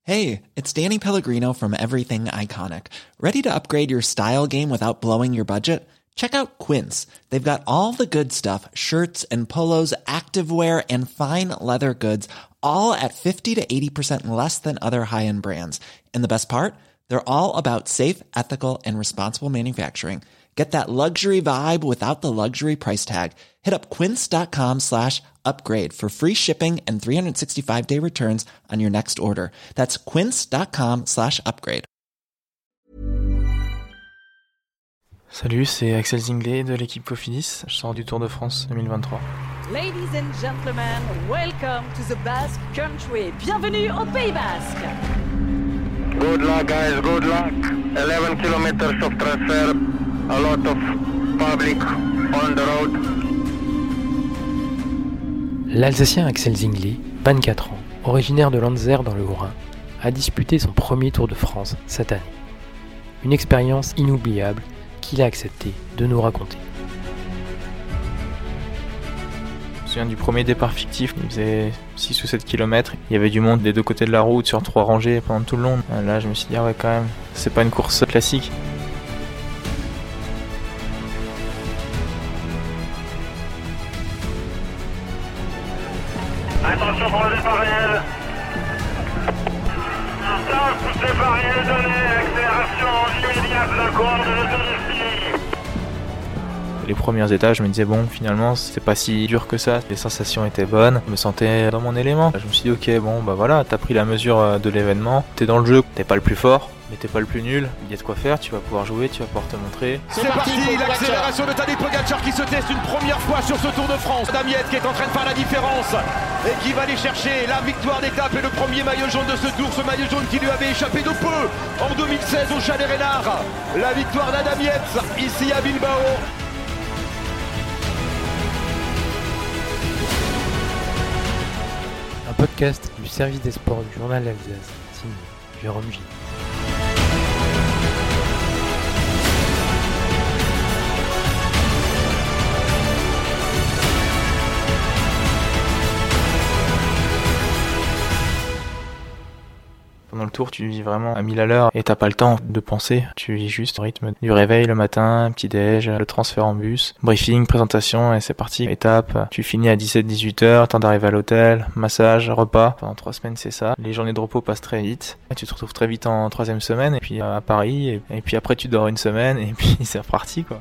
Hey, it's Danny Pellegrino from Everything Iconic. Ready to upgrade your style game without blowing your budget? Check out Quince. They've got all the good stuff, shirts and polos, activewear, and fine leather goods, all at 50 to 80% less than other high-end brands. And the best part? They're all about safe, ethical, and responsible manufacturing. Get that luxury vibe without the luxury price tag. Hit up quince.com/upgrade for free shipping and 365-day returns on your next order. That's quince.com/upgrade. Salut, c'est Axel Zinglet de l'équipe Cofidis. Je sors du Tour de France 2023. Ladies and gentlemen, welcome to the Basque Country. Bienvenue au Pays Basque. Good luck, guys, good luck. 11 kilometers of transfer, a lot of public on the road. L'Alsacien Axel Zinglet, 24 ans, originaire de Lanzer dans le Haut-Rhin, a disputé son premier Tour de France cette année. Une expérience inoubliable qu'il a accepté de nous raconter. Je me souviens du premier départ fictif, il faisait 6 ou 7 km. Il y avait du monde des deux côtés de la route sur 3 rangées pendant tout le long. Là, je me suis dit, ah ouais, quand même, c'est pas une course classique. Attention pour le départ réel. Stop, départ réel donné, accélération immédiate d'un coureur de l'autonomie. Les premières étapes, je me disais, bon, finalement, c'est pas si dur que ça. Les sensations étaient bonnes, je me sentais dans mon élément. Je me suis dit, ok, bon, bah voilà, t'as pris la mesure de l'événement. T'es dans le jeu, t'es pas le plus fort, mais t'es pas le plus nul. Il y a de quoi faire, tu vas pouvoir jouer, tu vas pouvoir te montrer. C'est parti, l'accélération de Tadej Pogacar qui se teste une première fois sur ce Tour de France. Damiette qui est en train de faire la différence et qui va aller chercher la victoire d'étape et le premier maillot jaune de ce Tour. Ce maillot jaune qui lui avait échappé de peu en 2016 au Chalet Reynard. La victoire d'Adam Yates ici à Bilbao. Un podcast du service des sports du journal d'Alsace, signé Jérôme J. Pendant le tour, tu vis vraiment à 1000 à l'heure et t'as pas le temps de penser. Tu vis juste au rythme du réveil le matin, petit-déj, le transfert en bus, briefing, présentation et c'est parti. Étape, tu finis à 17-18 heures, temps d'arriver à l'hôtel, massage, repas. Pendant 3 semaines, c'est ça. Les journées de repos passent très vite. Et tu te retrouves très vite en 3e semaine et puis à Paris et puis après tu dors une semaine et puis c'est reparti quoi.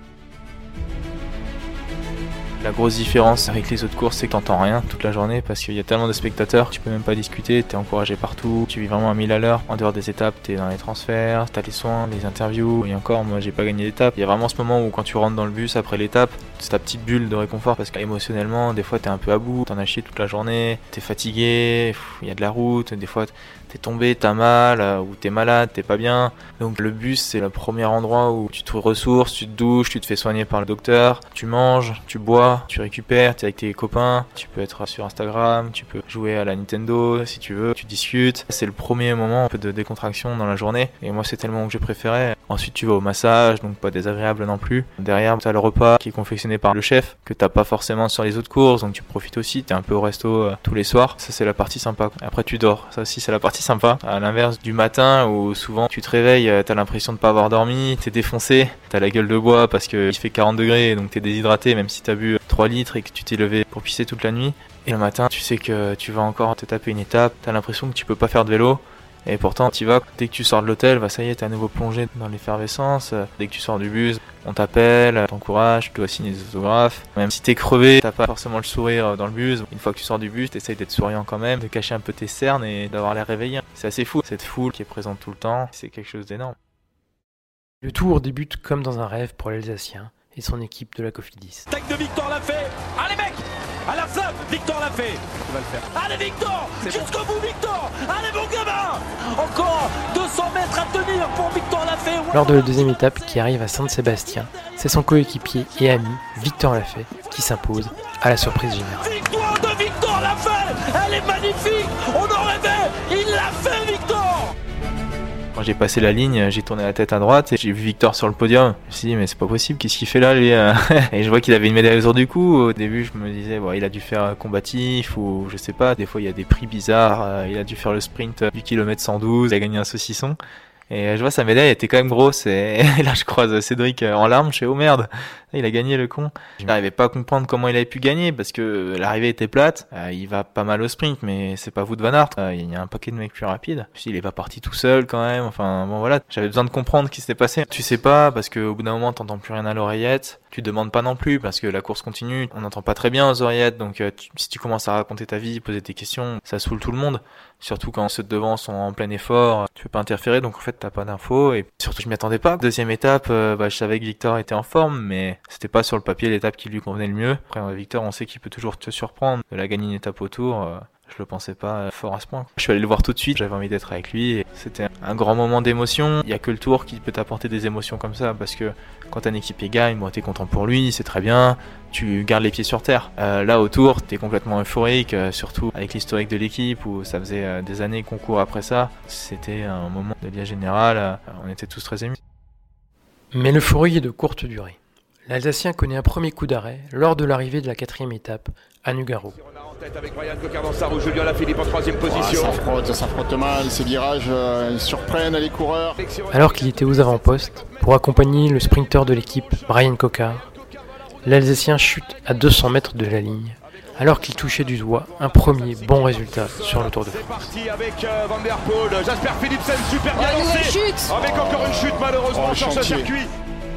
La grosse différence avec les autres courses, c'est que t'entends rien toute la journée parce qu'il y a tellement de spectateurs, tu peux même pas discuter, t'es encouragé partout, tu vis vraiment à 1000 à l'heure. En dehors des étapes, t'es dans les transferts, t'as les soins, les interviews, et encore, moi j'ai pas gagné d'étape. Il y a vraiment ce moment où quand tu rentres dans le bus après l'étape, c'est ta petite bulle de réconfort parce qu'émotionnellement, des fois t'es un peu à bout, t'en as chié toute la journée, t'es fatigué, il y a de la route, des fois t'es tombé, t'as mal, ou t'es malade, t'es pas bien. Donc le bus, c'est le premier endroit où tu te ressources, tu te douches, tu te fais soigner par le docteur, tu manges, tu bois, tu récupères, t'es avec tes copains, tu peux être sur Instagram, tu peux jouer à la Nintendo si tu veux, tu discutes. C'est le premier moment un peu de décontraction dans la journée et moi c'était le moment que j'ai préféré. Ensuite tu vas au massage, donc pas désagréable non plus. Derrière t'as le repas qui est confectionné par le chef que t'as pas forcément sur les autres courses, donc tu profites aussi, t'es un peu au resto tous les soirs. Ça c'est la partie sympa. Après tu dors, ça aussi c'est la partie sympa. À l'inverse du matin où souvent tu te réveilles, t'as l'impression de pas avoir dormi, t'es défoncé, t'as la gueule de bois parce qu'il fait 40 degrés donc t'es déshydraté même si t'as bu 3 litres et que tu t'es levé pour pisser toute la nuit. Et le matin tu sais que tu vas encore te taper une étape, t'as l'impression que tu peux pas faire de vélo. Et pourtant, tu vas, dès que tu sors de l'hôtel, bah ça y est, t'es à nouveau plongé dans l'effervescence. Dès que tu sors du bus, on t'appelle, t'encourage, tu dois signer des autographes. Même si t'es crevé, t'as pas forcément le sourire dans le bus. Une fois que tu sors du bus, t'essayes d'être souriant quand même, de cacher un peu tes cernes et d'avoir l'air réveillé. C'est assez fou, cette foule qui est présente tout le temps, c'est quelque chose d'énorme. Le Tour débute comme dans un rêve pour l'Alsacien et son équipe de la Cofidis. Tac de Victor l'a fait. Allez mec, à la flamme, Victor l'a fait. Il va le faire. Allez Victor, jusqu'au bout Victor. Allez mon gamin. Encore 200 mètres à tenir pour Victor Lafay. Lors de la deuxième étape qui arrive à Saint-Sébastien, c'est son coéquipier et ami Victor Lafay qui s'impose à la surprise générale. Victoire de Victor Lafay. Elle est magnifique. On en rêvait. Il l'a fait Victor. Quand j'ai passé la ligne, j'ai tourné la tête à droite et j'ai vu Victor sur le podium. Je me suis dit mais c'est pas possible, qu'est-ce qu'il fait là lui Et je vois qu'il avait une médaille autour du cou. Au début je me disais bon, il a dû faire combatif ou je sais pas, des fois il y a des prix bizarres, il a dû faire le sprint du kilomètre 112, il a gagné un saucisson. Et je vois sa médaille était quand même grosse et là je croise Cédric en larmes, je fais oh merde, il a gagné le con. Je n'arrivais pas à comprendre comment il avait pu gagner parce que l'arrivée était plate, il va pas mal au sprint mais c'est pas Wout van Aert, il y a un paquet de mecs plus rapides. Puis il est pas parti tout seul quand même, enfin bon voilà, j'avais besoin de comprendre ce qui s'était passé. Tu sais pas parce que au bout d'un moment t'entends plus rien à l'oreillette, tu demandes pas non plus parce que la course continue, on n'entend pas très bien aux oreillettes donc si tu commences à raconter ta vie, poser des questions, ça saoule tout le monde. Surtout quand ceux de devant sont en plein effort, tu peux pas interférer donc en fait t'as pas d'infos et surtout je m'y attendais pas. Deuxième étape, je savais que Victor était en forme mais c'était pas sur le papier l'étape qui lui convenait le mieux. Après Victor on sait qu'il peut toujours te surprendre, il a gagné une étape au Tour, je le pensais pas fort à ce point. Je suis allé le voir tout de suite, j'avais envie d'être avec lui et c'était un grand moment d'émotion. Il y a que le Tour qui peut t'apporter des émotions comme ça parce que quand un équipier gagne, bon, t'es content pour lui, c'est très bien, tu gardes les pieds sur terre. Là au Tour, t'es complètement euphorique, surtout avec l'historique de l'équipe où ça faisait des années qu'on court après ça. C'était un moment de lien général, on était tous très émus. Mais l'euphorie est de courte durée. L'Alsacien connaît un premier coup d'arrêt lors de l'arrivée de la 4e étape à Nogaro. Avec Brian Coquard dans sa roue, Julien Lafilippe en 3e position. Ça frotte mal, ces virages ils surprennent les coureurs. Alors qu'il était aux avant-postes pour accompagner le sprinter de l'équipe, Brian Coquard, l'Alsacien chute à 200 mètres de la ligne, alors qu'il touchait du doigt un premier bon résultat sur le Tour de France. C'est parti avec Van der Poel, Jasper Philipsen, super bien lancé. Avec encore une chute malheureusement sur ce circuit.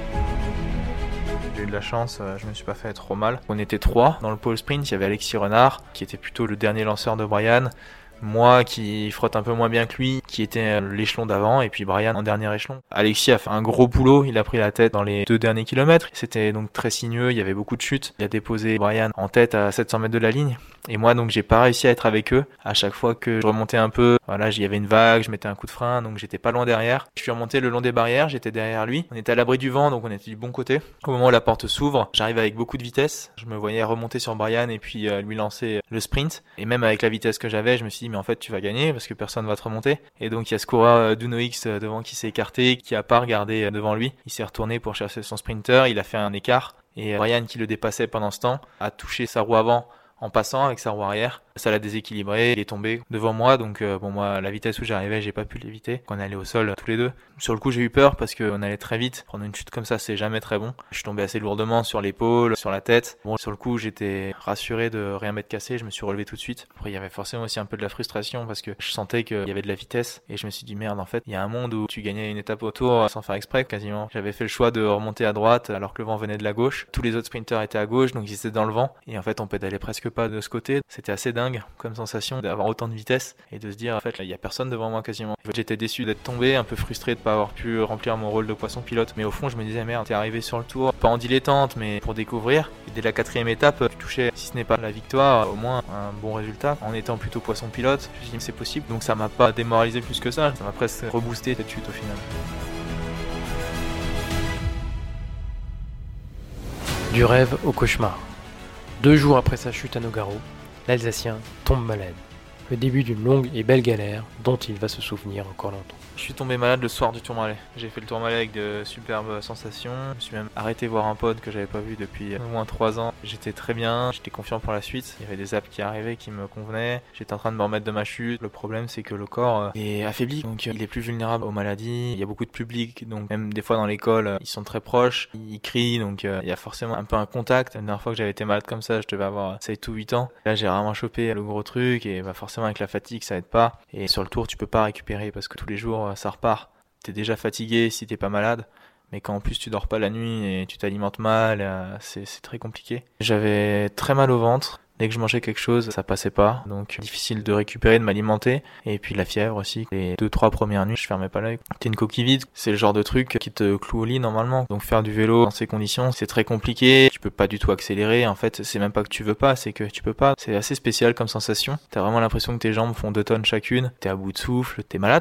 J'ai eu de la chance, je me suis pas fait trop mal. On était 3 dans le pole sprint, il y avait Alexis Renard qui était plutôt le dernier lanceur de Brian, moi qui frotte un peu moins bien que lui, qui était l'échelon d'avant, et puis Brian en dernier échelon. Alexis a fait un gros boulot, il a pris la tête dans les 2 derniers kilomètres, c'était donc très sinueux, il y avait beaucoup de chutes. Il a déposé Brian en tête à 700 mètres de la ligne, et moi donc j'ai pas réussi à être avec eux. À chaque fois que je remontais un peu, voilà, il y avait une vague, je mettais un coup de frein, donc j'étais pas loin derrière. Je suis remonté le long des barrières, j'étais derrière lui, on était à l'abri du vent, donc on était du bon côté. Au moment où la porte s'ouvre, j'arrive avec beaucoup de vitesse, je me voyais remonter sur Brian et puis lui lancer le sprint, et même avec la vitesse que j'avais, je me suis dit mais en fait tu vas gagner parce que personne va te remonter. Et donc il y a ce coureur d'Uno X devant qui s'est écarté, qui a pas regardé devant lui, il s'est retourné pour chercher son sprinter, il a fait un écart, et Brian qui le dépassait pendant ce temps a touché sa roue avant en passant avec sa roue arrière. Ça l'a déséquilibré, il est tombé devant moi, donc bon moi la vitesse où j'arrivais j'ai pas pu l'éviter. On est allé au sol tous les deux. Sur le coup j'ai eu peur parce qu'on allait très vite, prendre une chute comme ça c'est jamais très bon. Je suis tombé assez lourdement sur l'épaule, sur la tête. Bon sur le coup j'étais rassuré de rien m'être cassé, je me suis relevé tout de suite. Après il y avait forcément aussi un peu de la frustration parce que je sentais qu'il y avait de la vitesse et je me suis dit merde en fait il y a un monde où tu gagnais une étape au Tour sans faire exprès quasiment. J'avais fait le choix de remonter à droite alors que le vent venait de la gauche. Tous les autres sprinters étaient à gauche donc ils étaient dans le vent et en fait on pédalait presque pas de ce côté. C'était assez dingue comme sensation d'avoir autant de vitesse et de se dire en fait là il y a personne devant moi quasiment. J'étais déçu d'être tombé, un peu frustré de pas avoir pu remplir mon rôle de poisson pilote, mais au fond je me disais merde t'es arrivé sur le Tour, pas en dilettante mais pour découvrir, et dès la 4e étape tu touchais si ce n'est pas la victoire au moins un bon résultat en étant plutôt poisson pilote. Je me suis dit c'est possible, donc ça m'a pas démoralisé plus que ça m'a presque reboosté cette chute au final. Du rêve au cauchemar. 2 jours après sa chute à Nogaro, l'Alsacien tombe malade. Le début d'une longue et belle galère dont il va se souvenir encore longtemps. Je suis tombé malade le soir du Tourmalet. J'ai fait le Tourmalet avec de superbes sensations. Je me suis même arrêté voir un pote que j'avais pas vu depuis au moins 3 ans. J'étais très bien, j'étais confiant pour la suite. Il y avait des apps qui arrivaient qui me convenaient. J'étais en train de me remettre de ma chute. Le problème c'est que le corps est affaibli, donc il est plus vulnérable aux maladies. Il y a beaucoup de public, donc même des fois dans l'école, ils sont très proches, ils crient, donc il y a forcément un peu un contact. La dernière fois que j'avais été malade comme ça, je devais avoir 7 ou 8 ans. Là j'ai vraiment chopé le gros truc et forcément avec la fatigue ça aide pas. Et sur le Tour tu peux pas récupérer parce que tous les jours ça repart. T'es déjà fatigué si t'es pas malade, mais quand en plus tu dors pas la nuit et tu t'alimentes mal, c'est très compliqué. J'avais très mal au ventre. Dès que je mangeais quelque chose, ça passait pas. Donc difficile de récupérer, de m'alimenter. Et puis la fièvre aussi. Les 2-3 premières nuits, je fermais pas l'œil. T'es une coquille vide. C'est le genre de truc qui te cloue au lit normalement. Donc faire du vélo dans ces conditions, c'est très compliqué. Tu peux pas du tout accélérer. En fait, c'est même pas que tu veux pas, c'est que tu peux pas. C'est assez spécial comme sensation. T'as vraiment l'impression que tes jambes font 2 tonnes chacune. T'es à bout de souffle, t'es malade quoi.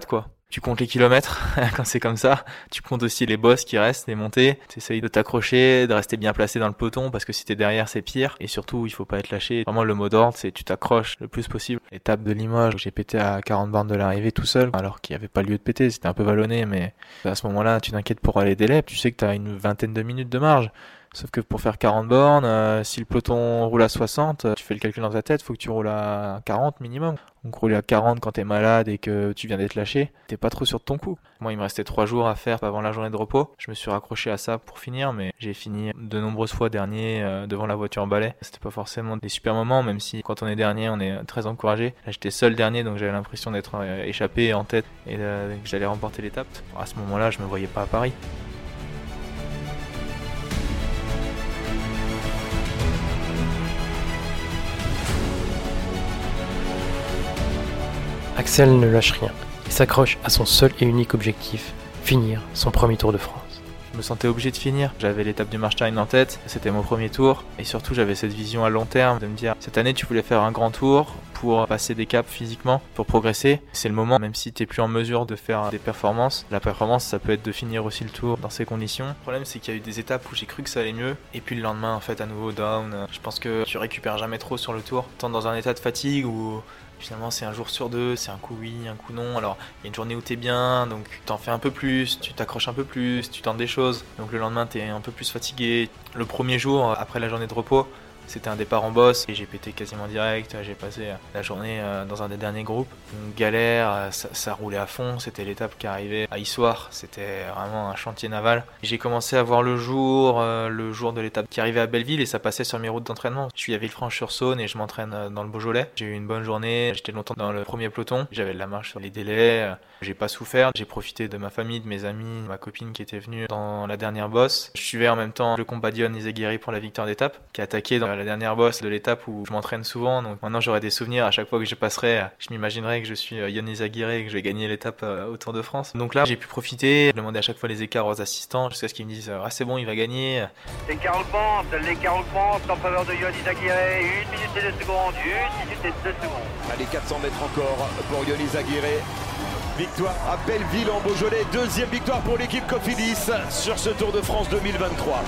Tu comptes les kilomètres quand c'est comme ça. Tu comptes aussi les bosses qui restent, les montées. Tu essayes de t'accrocher, de rester bien placé dans le peloton parce que si t'es derrière, c'est pire. Et surtout, il faut pas être lâché. Vraiment, le mot d'ordre, c'est tu t'accroches le plus possible. L'étape de Limoges, j'ai pété à 40 bornes de l'arrivée tout seul alors qu'il n'y avait pas lieu de péter. C'était un peu vallonné, mais à ce moment-là, tu t'inquiètes pour les délais. Tu sais que t'as une vingtaine de minutes de marge. Sauf que pour faire 40 bornes, si le peloton roule à 60, tu fais le calcul dans ta tête, faut que tu roules à 40 minimum. Donc rouler à 40 quand t'es malade et que tu viens d'être lâché, t'es pas trop sûr de ton coup. Moi, il me restait 3 jours à faire avant la journée de repos. Je me suis raccroché à ça pour finir, mais j'ai fini de nombreuses fois dernier devant la voiture en balai. C'était pas forcément des super moments, même si quand on est dernier, on est très encouragé. Là, j'étais seul dernier, donc j'avais l'impression d'être échappé en tête et que j'allais remporter l'étape. À ce moment-là, je me voyais pas à Paris. Axel ne lâche rien et s'accroche à son seul et unique objectif, finir son premier Tour de France. Je me sentais obligé de finir. J'avais l'étape du Marstein en tête, c'était mon premier tour. Et surtout, j'avais cette vision à long terme de me dire, cette année, tu voulais faire un grand tour pour passer des caps physiquement, pour progresser. C'est le moment, même si t'es plus en mesure de faire des performances. La performance, ça peut être de finir aussi le tour dans ces conditions. Le problème, c'est qu'il y a eu des étapes où j'ai cru que ça allait mieux. Et puis le lendemain, en fait, à nouveau down. Je pense que tu récupères jamais trop sur le tour. Tant dans un état de fatigue où finalement c'est un jour sur deux, c'est un coup oui, un coup non. Alors il y a une journée où t'es bien, donc t'en fais un peu plus, tu t'accroches un peu plus, tu tentes des choses. Donc le lendemain t'es un peu plus fatigué. Le premier jour, après la journée de repos, c'était un départ en bosse et j'ai pété quasiment direct. J'ai passé la journée dans un des derniers groupes. Une galère, ça roulait à fond. C'était l'étape qui arrivait à Issoire. C'était vraiment un chantier naval. J'ai commencé à voir le jour de l'étape qui arrivait à Belleville et ça passait sur mes routes d'entraînement. Je suis à Villefranche-sur-Saône et je m'entraîne dans le Beaujolais. J'ai eu une bonne journée. J'étais longtemps dans le premier peloton. J'avais de la marge sur les délais. J'ai pas souffert. J'ai profité de ma famille, de mes amis, de ma copine qui était venue dans la dernière bosse. Je suivais en même temps le compagnon Izagirre pour la victoire d'étape qui a attaqué dans la dernière bosse de l'étape où je m'entraîne souvent. Donc maintenant j'aurai des souvenirs à chaque fois que je passerai. Je m'imaginerai que je suis Yann Izagirre et que je vais gagner l'étape au Tour de France. Donc là j'ai pu profiter. Je demandais à chaque fois les écarts aux assistants jusqu'à ce qu'ils me disent ah c'est bon il va gagner. L'écart augmente en faveur de Yann Izagirre. 1 minute et 2 secondes. 1 minute et 2 secondes. Allez, 400 mètres encore pour Yann Izagirre. Victoire à Belleville en Beaujolais. Deuxième victoire pour l'équipe Cofidis sur ce Tour de France 2023.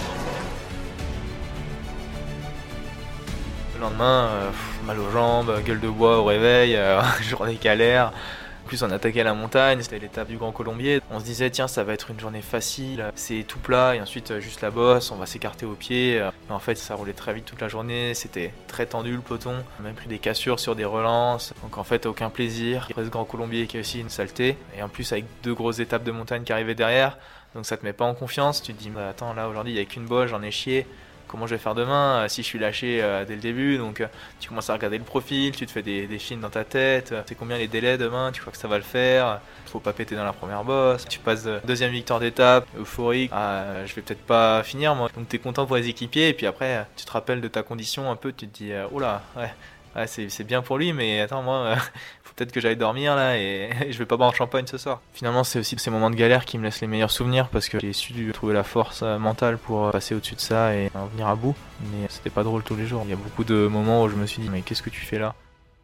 Le lendemain, mal aux jambes, gueule de bois au réveil, journée galère. En plus on attaquait la montagne, c'était l'étape du Grand Colombier. On se disait tiens ça va être une journée facile, c'est tout plat et ensuite juste la bosse, on va s'écarter au pied. Mais en fait ça roulait très vite toute la journée, c'était très tendu le peloton. On a même pris des cassures sur des relances, donc en fait aucun plaisir. Il reste Grand Colombier qui est aussi une saleté. Et en plus avec 2 grosses étapes de montagne qui arrivaient derrière, donc ça te met pas en confiance. Tu te dis bah, attends là aujourd'hui il n'y a qu'une bosse, j'en ai chié. Comment je vais faire demain si je suis lâché dès le début. Donc tu commences à regarder le profil, tu te fais des films dans ta tête, c'est combien les délais demain, tu crois que ça va le faire, faut pas péter dans la première bosse, tu passes deuxième victoire d'étape, euphorique, je vais peut-être pas finir moi. Donc t'es content pour les équipiers et puis après tu te rappelles de ta condition un peu, tu te dis oh là ouais c'est bien pour lui mais attends moi faut peut-être que j'aille dormir là et je vais pas boire en champagne ce soir. Finalement c'est aussi ces moments de galère qui me laissent les meilleurs souvenirs parce que j'ai su trouver la force mentale pour passer au-dessus de ça et en venir à bout, mais c'était pas drôle tous les jours. Il y a beaucoup de moments où je me suis dit mais qu'est-ce que tu fais là?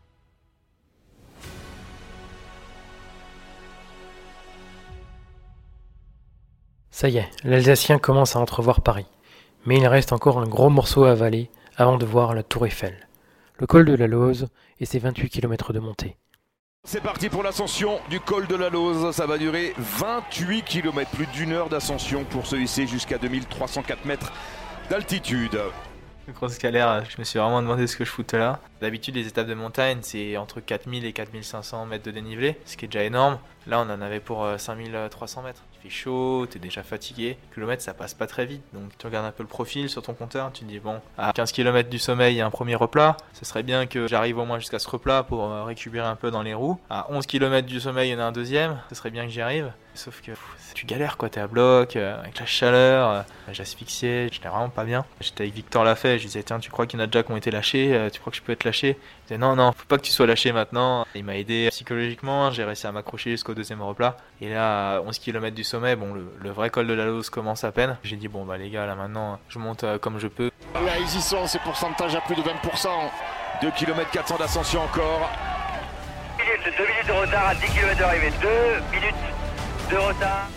Ça y est, l'Alsacien commence à entrevoir Paris, mais il reste encore un gros morceau à avaler avant de voir la Tour Eiffel, le col de la Lose et ses 28 km de montée. C'est parti pour l'ascension du col de la Lose, ça va durer 28 km, plus d'1 heure d'ascension pour se hisser jusqu'à 2304 mètres d'altitude. Grosse galère, je me suis vraiment demandé ce que je foutais là. D'habitude les étapes de montagne c'est entre 4000 et 4500 mètres de dénivelé, ce qui est déjà énorme. Là on en avait pour 5300 mètres. Il fait chaud, t'es déjà fatigué. Kilomètres ça passe pas très vite, donc tu regardes un peu le profil sur ton compteur, tu te dis bon, à 15 km du sommet il y a un premier replat, ce serait bien que j'arrive au moins jusqu'à ce replat pour récupérer un peu dans les roues. À 11 km du sommet il y en a un deuxième, ce serait bien que j'y arrive. Sauf que tu galères quoi, t'es à bloc, avec la chaleur, j'asphyxiais, j'étais vraiment pas bien. J'étais avec Victor Lafay, je lui disais tiens tu crois qu'il y en a déjà qui ont été lâchés, tu crois que je peux être lâché? Il disait non, faut pas que tu sois lâché maintenant. Il m'a aidé psychologiquement, j'ai réussi à m'accrocher jusqu'au deuxième replat. Et là, à 11 km du sommet, bon le vrai col de la Lose commence à peine. J'ai dit bon bah les gars là maintenant je monte comme je peux. Là ils y sont, c'est pourcentage à plus de 20%. 2 km 400 d'ascension encore. Il est 2 minutes de retard à 10 km d'arrivée. 2 minutes de retard.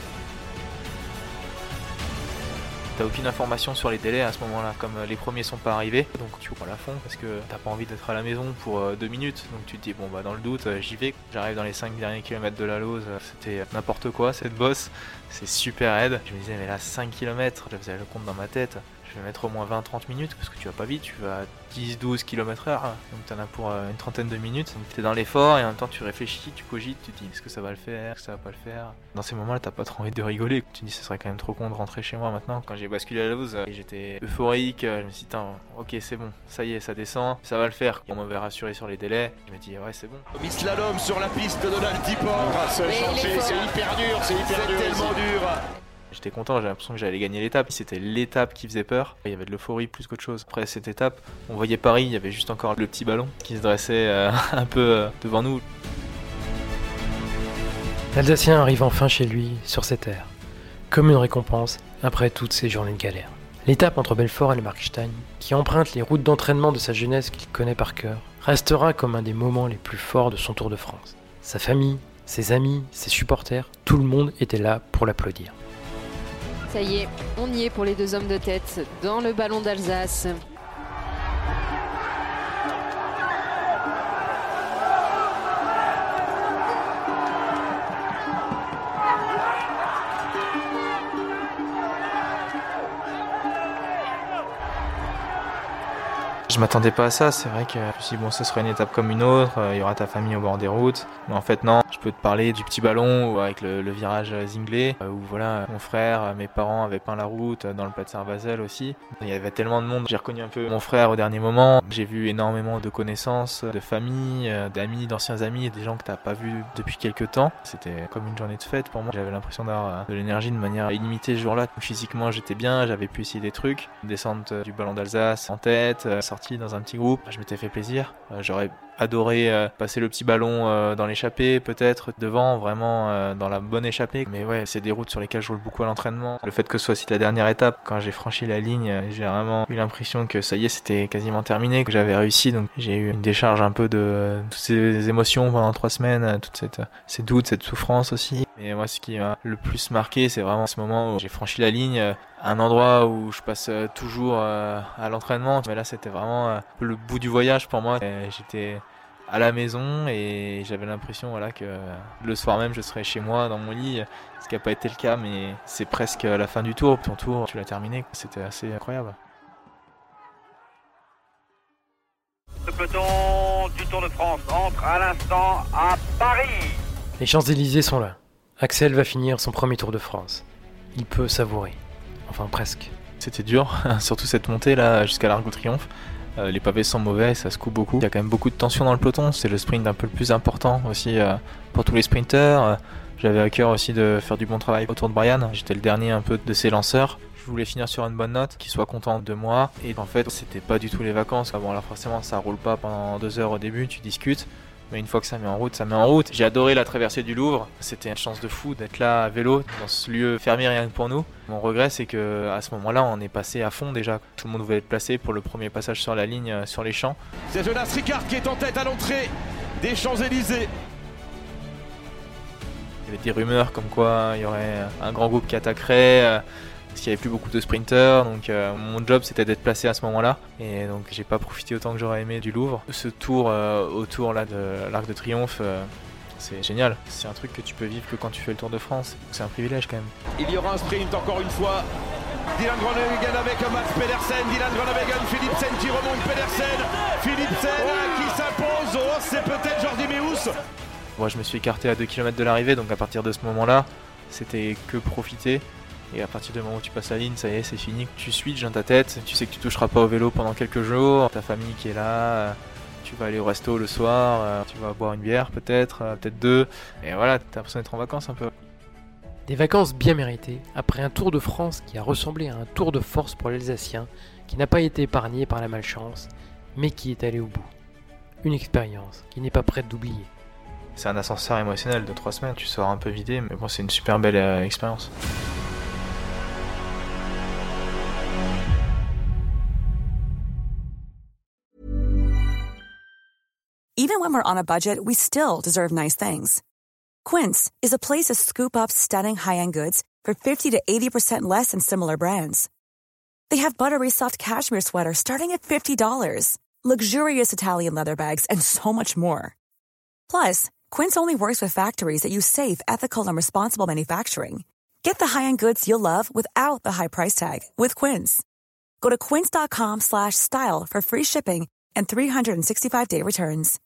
T'as aucune information sur les délais à ce moment-là, comme les premiers sont pas arrivés, donc tu roules à fond parce que t'as pas envie d'être à la maison pour 2 minutes, donc tu te dis bon bah dans le doute j'y vais. J'arrive dans les 5 derniers kilomètres de la Lose, c'était n'importe quoi cette bosse, c'est super raide. Je me disais mais là 5 km, je faisais le compte dans ma tête, je vais mettre au moins 20-30 minutes parce que tu vas pas vite, tu vas à 10-12 km/h, donc t'en as pour une trentaine de minutes, donc t'es dans l'effort et en même temps tu réfléchis, tu cogites, tu te dis est-ce que ça va le faire, est-ce que ça va pas le faire. Dans ces moments-là t'as pas trop envie de rigoler, tu te dis ce serait quand même trop con de rentrer chez moi maintenant. Quand j'ai basculé à la Lose, j'étais euphorique, je me suis dit ok c'est bon, ça y est ça descend, ça va le faire. On m'avait rassuré sur les délais, je me dis ouais c'est bon. Mi-slalom sur la piste de l'Altiport. C'est hyper dur, c'est tellement dur. J'étais content, j'avais l'impression que j'allais gagner l'étape. C'était l'étape qui faisait peur. Il y avait de l'euphorie plus qu'autre chose. Après cette étape, on voyait Paris, il y avait juste encore le petit ballon qui se dressait un peu devant nous. L'Alsacien arrive enfin chez lui, sur ses terres, comme une récompense après toutes ces journées de galère. L'étape entre Belfort et le Markstein, qui emprunte les routes d'entraînement de sa jeunesse qu'il connaît par cœur, restera comme un des moments les plus forts de son Tour de France. Sa famille, ses amis, ses supporters, tout le monde était là pour l'applaudir. Ça y est, on y est pour les deux hommes de tête dans le ballon d'Alsace. Je m'attendais pas à ça, c'est vrai que je me suis dit bon ce sera une étape comme une autre, il y aura ta famille au bord des routes, mais en fait non, je peux te parler du petit ballon ou avec le virage Zinglé, où voilà, mon frère, mes parents avaient peint la route, dans le Plat de Saint-Vazel aussi, il y avait tellement de monde, j'ai reconnu un peu mon frère au dernier moment, j'ai vu énormément de connaissances, de familles, d'amis, d'anciens amis, des gens que t'as pas vus depuis quelques temps, c'était comme une journée de fête pour moi, j'avais l'impression d'avoir de l'énergie de manière illimitée ce jour-là, physiquement j'étais bien, j'avais pu essayer des trucs, descente du ballon d'Alsace en tête, sortie dans un petit groupe, je m'étais fait plaisir, j'aurais adoré passer le petit ballon dans l'échappée, peut-être devant, vraiment dans la bonne échappée, mais ouais c'est des routes sur lesquelles je roule beaucoup à l'entraînement, le fait que ce soit aussi la dernière étape, quand j'ai franchi la ligne, j'ai vraiment eu l'impression que ça y est c'était quasiment terminé, que j'avais réussi, donc j'ai eu une décharge un peu de toutes ces émotions pendant 3 semaines, toutes ces doutes, cette souffrance aussi, et moi ce qui m'a le plus marqué c'est vraiment ce moment où j'ai franchi la ligne, un endroit où je passe toujours à l'entraînement, mais là c'était vraiment le bout du voyage pour moi, et j'étais à la maison et j'avais l'impression voilà que le soir même je serais chez moi dans mon lit, ce qui n'a pas été le cas, mais c'est presque la fin du tour, ton tour tu l'as terminé, c'était assez incroyable. Le peloton du Tour de France entre à l'instant à Paris. Les Champs-Élysées sont là. Axel va finir son premier Tour de France. Il peut savourer. Enfin presque. C'était dur, surtout cette montée là jusqu'à l'Arc de Triomphe. Les pavés sont mauvais, ça se coupe beaucoup. Il y a quand même beaucoup de tension dans le peloton, c'est le sprint un peu le plus important aussi pour tous les sprinteurs. J'avais à cœur aussi de faire du bon travail autour de Brian, j'étais le dernier un peu de ses lanceurs. Je voulais finir sur une bonne note, qu'il soit content de moi, et en fait c'était pas du tout les vacances. Bon là forcément ça roule pas pendant 2 heures au début, tu discutes. Mais une fois que ça met en route, ça met en route. J'ai adoré la traversée du Louvre. C'était une chance de fou d'être là à vélo, dans ce lieu fermé rien que pour nous. Mon regret, c'est que à ce moment-là, on est passé à fond déjà. Tout le monde voulait être placé pour le premier passage sur la ligne, sur les champs. C'est Jonas Ricard qui est en tête à l'entrée des Champs-Élysées. Il y avait des rumeurs comme quoi il y aurait un grand groupe qui attaquerait. Parce qu'il n'y avait plus beaucoup de sprinteurs, donc mon job c'était d'être placé à ce moment-là, et donc j'ai pas profité autant que j'aurais aimé du Louvre. Ce tour autour là de l'Arc de Triomphe, c'est génial, c'est un truc que tu peux vivre que quand tu fais le Tour de France, c'est un privilège quand même. Il y aura un sprint encore une fois, Dylan Groenewegen avec Mats Pedersen, Dylan Groenewegen, Philipsen qui remonte Pedersen, Philipsen qui s'impose, oh, c'est peut-être Jordi Meus. Moi je me suis écarté à 2 km de l'arrivée, donc à partir de ce moment-là, c'était que profiter. Et à partir du moment où tu passes la ligne, ça y est, c'est fini. Tu switches dans ta tête, tu sais que tu toucheras pas au vélo pendant quelques jours. Ta famille qui est là, tu vas aller au resto le soir, tu vas boire une bière peut-être 2. Et voilà, t'as l'impression d'être en vacances un peu. Des vacances bien méritées, après un Tour de France qui a ressemblé à un tour de force pour l'Alsacien, qui n'a pas été épargné par la malchance, mais qui est allé au bout. Une expérience qui n'est pas prête d'oublier. C'est un ascenseur émotionnel de 3 semaines, tu sors un peu vidé, mais bon, c'est une super belle expérience. Even when we're on a budget, we still deserve nice things. Quince is a place to scoop up stunning high-end goods for 50 to 80% less than similar brands. They have buttery soft cashmere sweaters starting at $50, luxurious Italian leather bags, and so much more. Plus, Quince only works with factories that use safe, ethical, and responsible manufacturing. Get the high-end goods you'll love without the high price tag with Quince. Go to quince.com/style for free shipping and 365-day returns.